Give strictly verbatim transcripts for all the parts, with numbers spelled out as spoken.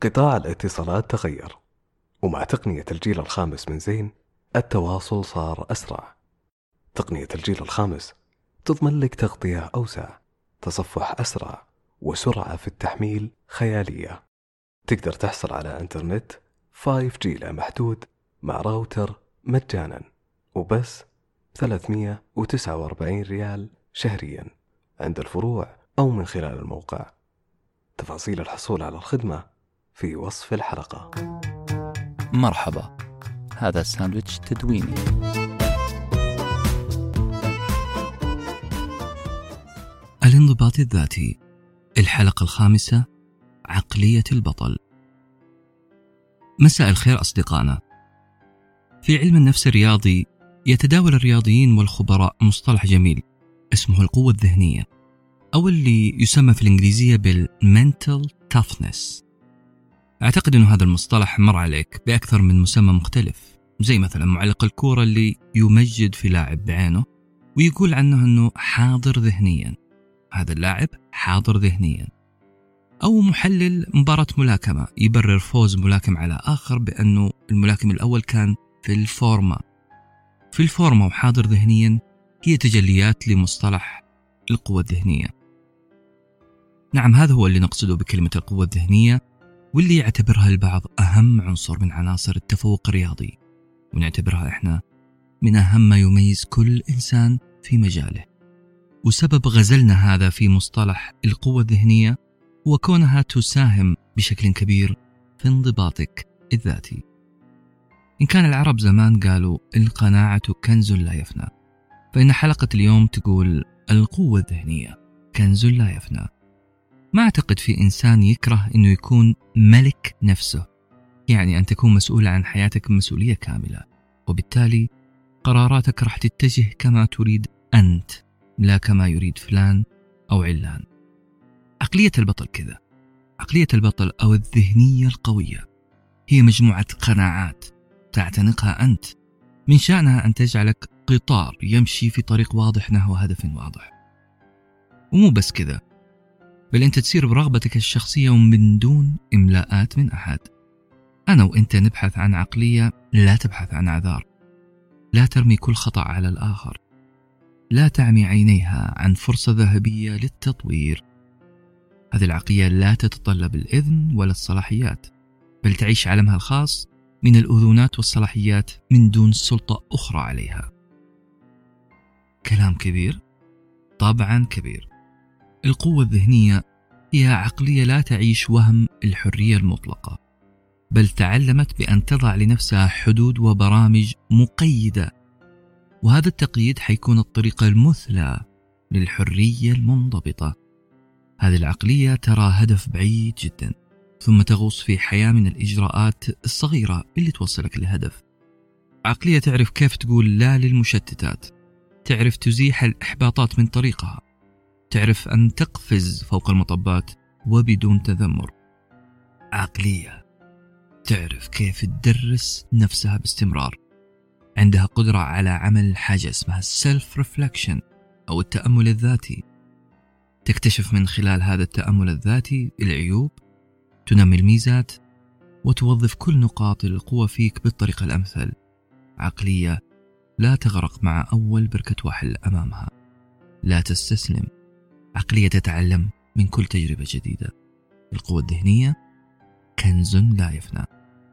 قطاع الاتصالات تغير، ومع تقنية الجيل الخامس من زين التواصل صار أسرع. تقنية الجيل الخامس تضمن لك تغطية أوسع، تصفح أسرع، وسرعة في التحميل خيالية. تقدر تحصل على انترنت فايف جي لا محدود مع راوتر مجانا وبس ثلاثمية وتسعة وأربعين ريال شهريا عند الفروع أو من خلال الموقع. تفاصيل الحصول على الخدمة في وصف الحلقة. مرحبا، هذا ساندويتش تدويني. الانضباط الذاتي، الحلقة الخامسة، عقلية البطل. مساء الخير أصدقائنا. في علم النفس الرياضي يتداول الرياضيين والخبراء مصطلح جميل اسمه القوة الذهنية، أو اللي يسمى في الإنجليزية بالmental toughness. أعتقد أن هذا المصطلح مر عليك بأكثر من مسمى مختلف، زي مثلا معلق الكورة اللي يمجد في لاعب بعينه ويقول عنه أنه حاضر ذهنيا، هذا اللاعب حاضر ذهنيا. أو محلل مباراة ملاكمة يبرر فوز ملاكم على آخر بأنه الملاكم الأول كان في الفورمة. في الفورمة وحاضر ذهنيا هي تجليات لمصطلح القوة الذهنية. نعم، هذا هو اللي نقصده بكلمة القوة الذهنية، واللي يعتبرها البعض أهم عنصر من عناصر التفوق الرياضي، ونعتبرها إحنا من أهم ما يميز كل إنسان في مجاله. وسبب غزلنا هذا في مصطلح القوة الذهنية هو كونها تساهم بشكل كبير في انضباطك الذاتي. إن كان العرب زمان قالوا القناعة كنز لا يفنى، فإن حلقة اليوم تقول القوة الذهنية كنز لا يفنى. ما أعتقد في إنسان يكره أنه يكون ملك نفسه، يعني أن تكون مسؤول عن حياتك بمسؤولية كاملة، وبالتالي قراراتك راح تتجه كما تريد أنت لا كما يريد فلان أو علان. عقلية البطل كذا. عقلية البطل أو الذهنية القوية هي مجموعة قناعات تعتنقها أنت، من شأنها أن تجعلك قطار يمشي في طريق واضح نحو هدف واضح. ومو بس كذا، بل أنت تسير برغبتك الشخصية ومن دون إملاءات من أحد. أنا وإنت نبحث عن عقلية لا تبحث عن أعذار، لا ترمي كل خطأ على الآخر، لا تعمي عينيها عن فرصة ذهبية للتطوير. هذه العقلية لا تتطلب الإذن ولا الصلاحيات، بل تعيش عالمها الخاص من الأذونات والصلاحيات من دون سلطة أخرى عليها. كلام كبير؟ طبعا كبير. القوة الذهنية هي عقلية لا تعيش وهم الحرية المطلقة، بل تعلمت بأن تضع لنفسها حدود وبرامج مقيدة، وهذا التقييد حيكون الطريقة المثلى للحرية المنضبطة. هذه العقلية ترى هدف بعيد جدا، ثم تغوص في حياة من الإجراءات الصغيرة اللي توصلك للهدف. عقلية تعرف كيف تقول لا للمشتتات، تعرف تزيح الإحباطات من طريقها، تعرف أن تقفز فوق المطبات وبدون تذمر. عقلية تعرف كيف تدرس نفسها باستمرار، عندها قدرة على عمل حاجة اسمها self reflection أو التأمل الذاتي، تكتشف من خلال هذا التأمل الذاتي العيوب، تنمي الميزات، وتوظف كل نقاط القوة فيك بالطريقة الأمثل. عقلية لا تغرق مع أول بركة وحل أمامها، لا تستسلم. عقلية تتعلم من كل تجربة جديدة. القوة الذهنية كنز لا يفنى.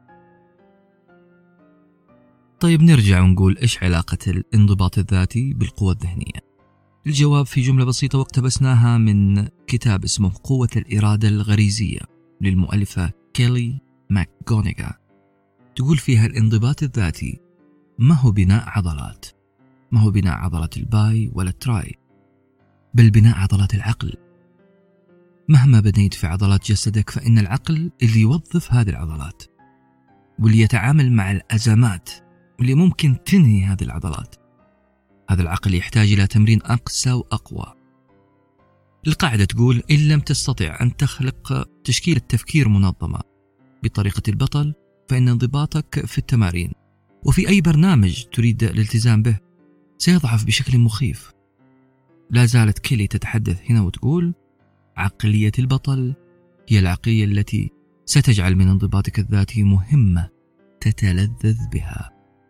طيب، نرجع ونقول إيش علاقة الانضباط الذاتي بالقوة الذهنية؟ الجواب في جملة بسيطة واقتبسناها من كتاب اسمه قوة الإرادة الغريزية للمؤلفة كيلي ماكغونيغا. تقول فيها الانضباط الذاتي ما هو بناء عضلات، ما هو بناء عضلات الباي ولا التراي، بل بناء عضلات العقل. مهما بنيت في عضلات جسدك، فإن العقل اللي يوظف هذه العضلات، واللي يتعامل مع الأزمات، واللي ممكن تنهي هذه العضلات. هذا العقل يحتاج إلى تمرين أقسى وأقوى. القاعدة تقول إن لم تستطع أن تخلق تشكيلة تفكير منظمة بطريقة البطل، فإن انضباطك في التمارين وفي أي برنامج تريد الالتزام به سيضعف بشكل مخيف. لا زالت كيلي تتحدث هنا وتقول عقلية البطل هي العقلية التي ستجعل من انضباطك الذاتي مهمة تتلذذ بها.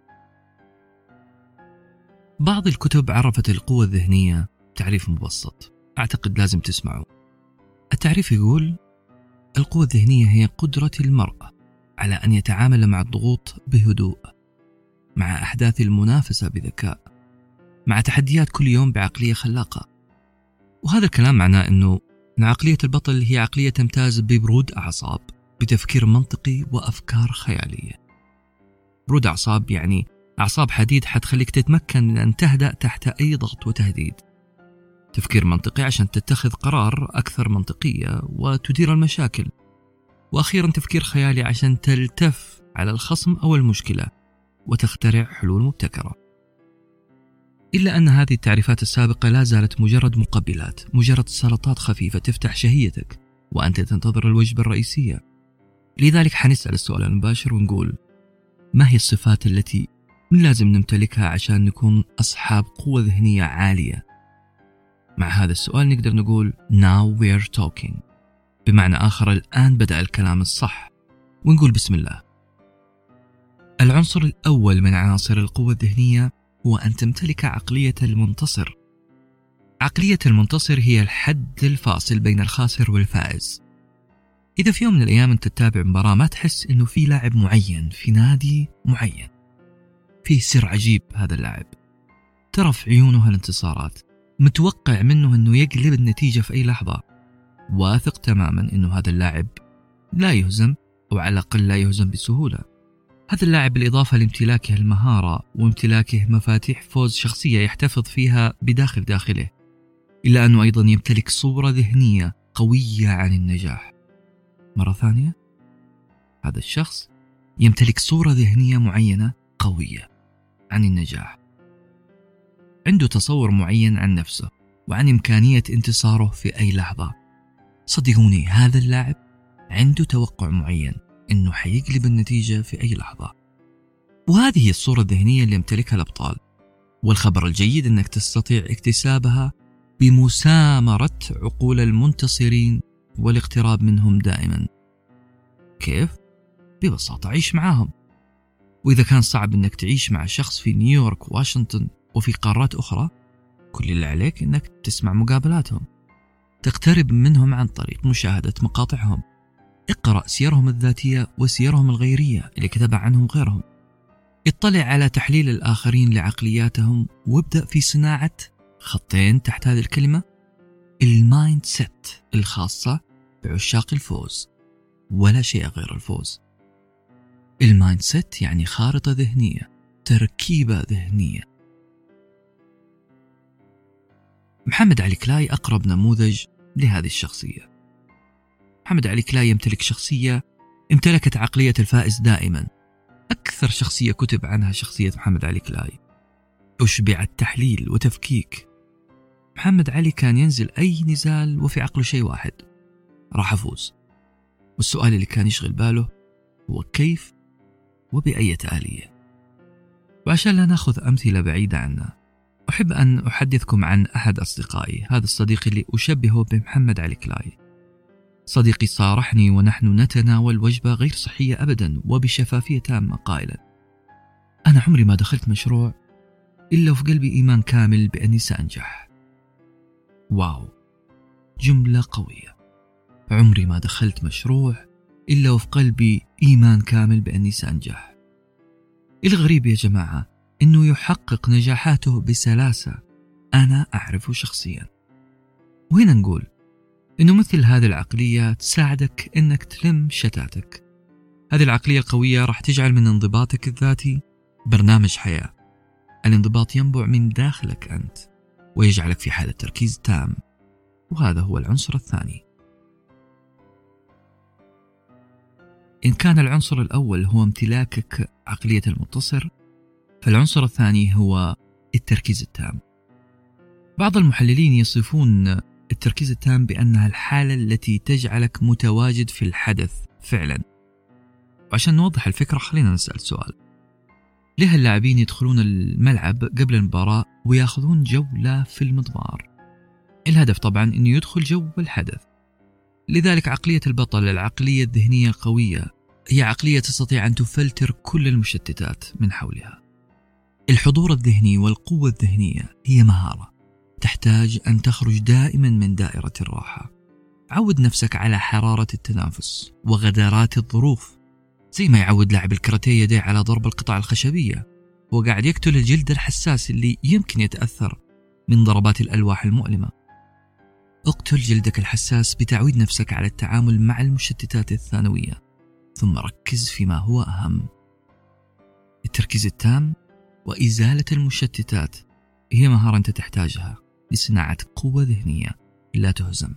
بعض الكتب عرفت القوة الذهنية تعريف مبسط، أعتقد لازم تسمعه. التعريف يقول: القوة الذهنية هي قدرة المرء على أن يتعامل مع الضغوط بهدوء، مع أحداث المنافسة بذكاء، مع تحديات كل يوم بعقلية خلاقة. وهذا الكلام معناه أنه عقلية البطل هي عقلية تمتاز ببرود أعصاب، بتفكير منطقي وأفكار خيالية. برود أعصاب يعني أعصاب حديد حتخليك تتمكن من أن تهدأ تحت أي ضغط وتهديد. تفكير منطقي عشان تتخذ قرار أكثر منطقية وتدير المشاكل. وأخيرا تفكير خيالي عشان تلتف على الخصم أو المشكلة وتخترع حلول مبتكرة. إلا أن هذه التعريفات السابقة لا زالت مجرد مقبلات، مجرد سلطات خفيفة تفتح شهيتك وأنت تنتظر الوجبة الرئيسية. لذلك حنسأل السؤال المباشر ونقول: ما هي الصفات التي لازم نمتلكها عشان نكون أصحاب قوة ذهنية عالية؟ مع هذا السؤال نقدر نقول now we're talking، بمعنى آخر الآن بدأ الكلام الصح. ونقول بسم الله. العنصر الأول من عناصر القوة الذهنية هو أن تمتلك عقلية المنتصر. عقلية المنتصر هي الحد الفاصل بين الخاسر والفائز. إذا في يوم من الأيام أنت تتابع مباراة ما تحس إنه في لاعب معين في نادي معين فيه سر عجيب، هذا اللاعب ترى في عيونه هالانتصارات، متوقع منه أنه يقلب النتيجة في أي لحظة، واثق تماما أنه هذا اللاعب لا يهزم، أو على الأقل لا يهزم بسهولة. هذا اللاعب بالإضافة لامتلاكه المهارة وامتلاكه مفاتيح فوز شخصية يحتفظ فيها بداخل داخله، إلا أنه أيضا يمتلك صورة ذهنية قوية عن النجاح. مرة ثانية، هذا الشخص يمتلك صورة ذهنية معينة قوية عن النجاح، عنده تصور معين عن نفسه وعن إمكانية انتصاره في أي لحظة. صدقوني هذا اللاعب عنده توقع معين إنه حيقلب النتيجة في أي لحظة. وهذه هي الصورة الذهنية اللي يمتلكها الأبطال. والخبر الجيد أنك تستطيع اكتسابها بمسامرة عقول المنتصرين والاقتراب منهم دائما. كيف؟ ببساطة عيش معاهم. وإذا كان صعب أنك تعيش مع شخص في نيويورك وواشنطن وفي قارات أخرى، كل اللي عليك أنك تسمع مقابلاتهم، تقترب منهم عن طريق مشاهدة مقاطعهم، اقرأ سيرهم الذاتية وسيرهم الغيرية اللي كتب عنهم غيرهم، اطلع على تحليل الآخرين لعقلياتهم، وابدأ في صناعة خطين تحت هذه الكلمة: المايند سيت الخاصة بعشاق الفوز، ولا شيء غير الفوز. المايند سيت يعني خارطة ذهنية، تركيبة ذهنية. محمد علي كلاي أقرب نموذج لهذه الشخصية. محمد علي كلاي يمتلك شخصية امتلكت عقلية الفائز دائما. أكثر شخصية كتب عنها شخصية محمد علي كلاي، أشبعت تحليل وتفكيك. محمد علي كان ينزل أي نزال وفي عقله شيء واحد: راح أفوز. والسؤال اللي كان يشغل باله هو كيف وبأية آلية. وعشان لا نأخذ أمثلة بعيدة عنا، أحب أن أحدثكم عن أحد أصدقائي. هذا الصديق اللي أشبهه بمحمد علي كلاي. صديقي صارحني ونحن نتناول وجبة غير صحية أبدا وبشفافية تامة قائلا: أنا عمري ما دخلت مشروع إلا وفي قلبي إيمان كامل بأني سأنجح. واو، جملة قوية. عمري ما دخلت مشروع إلا وفي قلبي إيمان كامل بأني سأنجح. الغريب يا جماعة إنه يحقق نجاحاته بسلاسة، أنا أعرفه شخصيا. وهنا نقول إنه مثل هذه العقلية تساعدك إنك تلم شتاتك. هذه العقلية القوية راح تجعل من انضباطك الذاتي برنامج حياة. الانضباط ينبع من داخلك أنت ويجعلك في حالة تركيز تام، وهذا هو العنصر الثاني. إن كان العنصر الأول هو امتلاكك عقلية المنتصر، فالعنصر الثاني هو التركيز التام. بعض المحللين يصفون التركيز التام بأنها الحالة التي تجعلك متواجد في الحدث فعلا. وعشان نوضح الفكرة خلينا نسأل سؤال: ليه اللاعبين يدخلون الملعب قبل المباراة ويأخذون جولة في المضمار؟ الهدف طبعا أنه يدخل جو الحدث. لذلك عقلية البطل، العقلية الذهنية القوية، هي عقلية تستطيع أن تفلتر كل المشتتات من حولها. الحضور الذهني والقوة الذهنية هي مهارة تحتاج أن تخرج دائما من دائرة الراحة. عود نفسك على حرارة التنافس وغدارات الظروف، زي ما يعود لاعب الكاراتيه يديه على ضرب القطع الخشبية وقاعد يقتل الجلد الحساس اللي يمكن يتأثر من ضربات الألواح المؤلمة. اقتل جلدك الحساس بتعويد نفسك على التعامل مع المشتتات الثانوية، ثم ركز فيما هو أهم. التركيز التام وإزالة المشتتات هي مهارة أنت تحتاجها لصناعة قوة ذهنية لا تهزم.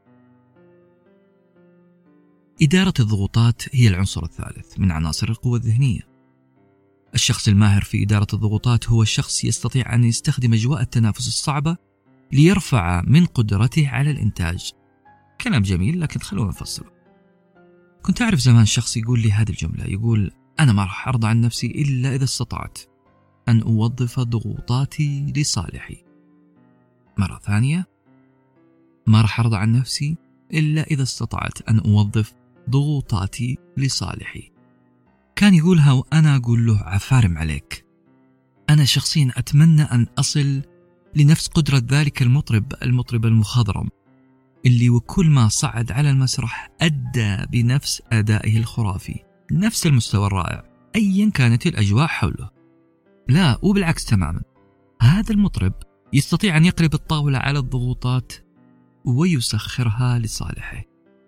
إدارة الضغوطات هي العنصر الثالث من عناصر القوة الذهنية. الشخص الماهر في إدارة الضغوطات هو الشخص يستطيع أن يستخدم أجواء التنافس الصعبة ليرفع من قدرته على الإنتاج. كلام جميل، لكن خلونا نفصله. كنت أعرف زمان شخص يقول لي هذه الجملة، يقول: أنا ما راح أرضى عن نفسي إلا إذا استطعت أن أوظف ضغوطاتي لصالحي. مرة ثانية: ما راح أرضى عن نفسي إلا إذا استطعت أن أوظف ضغوطاتي لصالحي. كان يقولها وأنا أقول له عفارم عليك. أنا شخصيا أتمنى أن أصل لنفس قدرة ذلك المطرب المطرب المخضرم اللي وكل ما صعد على المسرح أدى بنفس أدائه الخرافي، نفس المستوى الرائع أيا كانت الأجواء حوله. لا، وبالعكس تماما، هذا المطرب يستطيع أن يقلب الطاولة على الضغوطات ويسخرها لصالحه.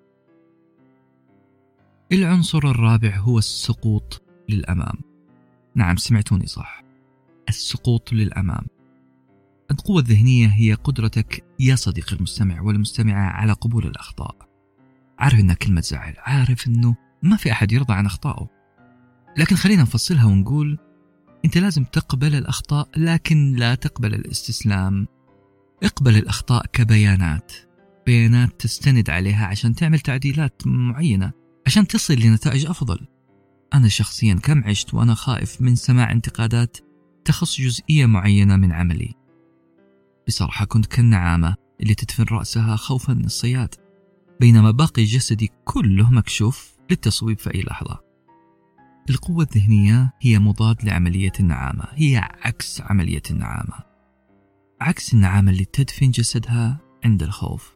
العنصر الرابع هو السقوط للأمام. نعم، سمعتوني صح، السقوط للأمام. القوة الذهنية هي قدرتك يا صديقي المستمع والمستمعة على قبول الأخطاء. عارف إنها كلمة زعل، عارف إنه ما في أحد يرضى عن أخطائه، لكن خلينا نفصلها ونقول أنت لازم تقبل الأخطاء، لكن لا تقبل الاستسلام. اقبل الأخطاء كبيانات، بيانات تستند عليها عشان تعمل تعديلات معينة عشان تصل لنتائج أفضل. أنا شخصيا كم عشت وأنا خائف من سماع انتقادات تخص جزئية معينة من عملي. بصراحة كنت كالنعامة اللي تدفن رأسها خوفا من الصياد، بينما باقي جسدي كله مكشوف للتصويب في أي لحظة. القوة الذهنية هي مضاد لعملية النعامة، هي عكس عملية النعامة، عكس النعامة اللي تدفن جسدها عند الخوف.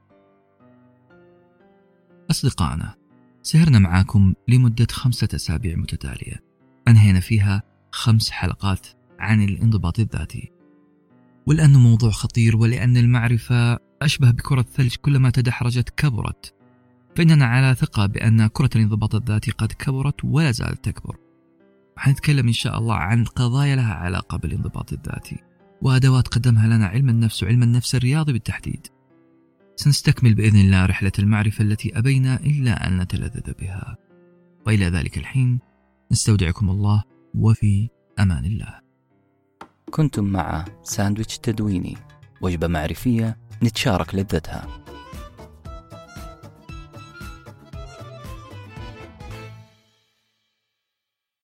أصدقائنا، سهرنا معاكم لمدة خمسة أسابيع متتالية، أنهينا فيها خمس حلقات عن الانضباط الذاتي. ولأنه موضوع خطير ولأن المعرفة أشبه بكرة ثلج كلما تدحرجت كبرت، فإننا على ثقة بأن كرة الانضباط الذاتي قد كبرت ولا زالت تكبر. حنتكلم إن شاء الله عن قضايا لها علاقة بالانضباط الذاتي وأدوات قدمها لنا علم النفس وعلم النفس الرياضي بالتحديد. سنستكمل بإذن الله رحلة المعرفة التي أبينا إلا أن نتلذذ بها. وإلى ذلك الحين نستودعكم الله وفي أمان الله. كنتم مع ساندويتش تدويني، وجبة معرفية نتشارك لذتها.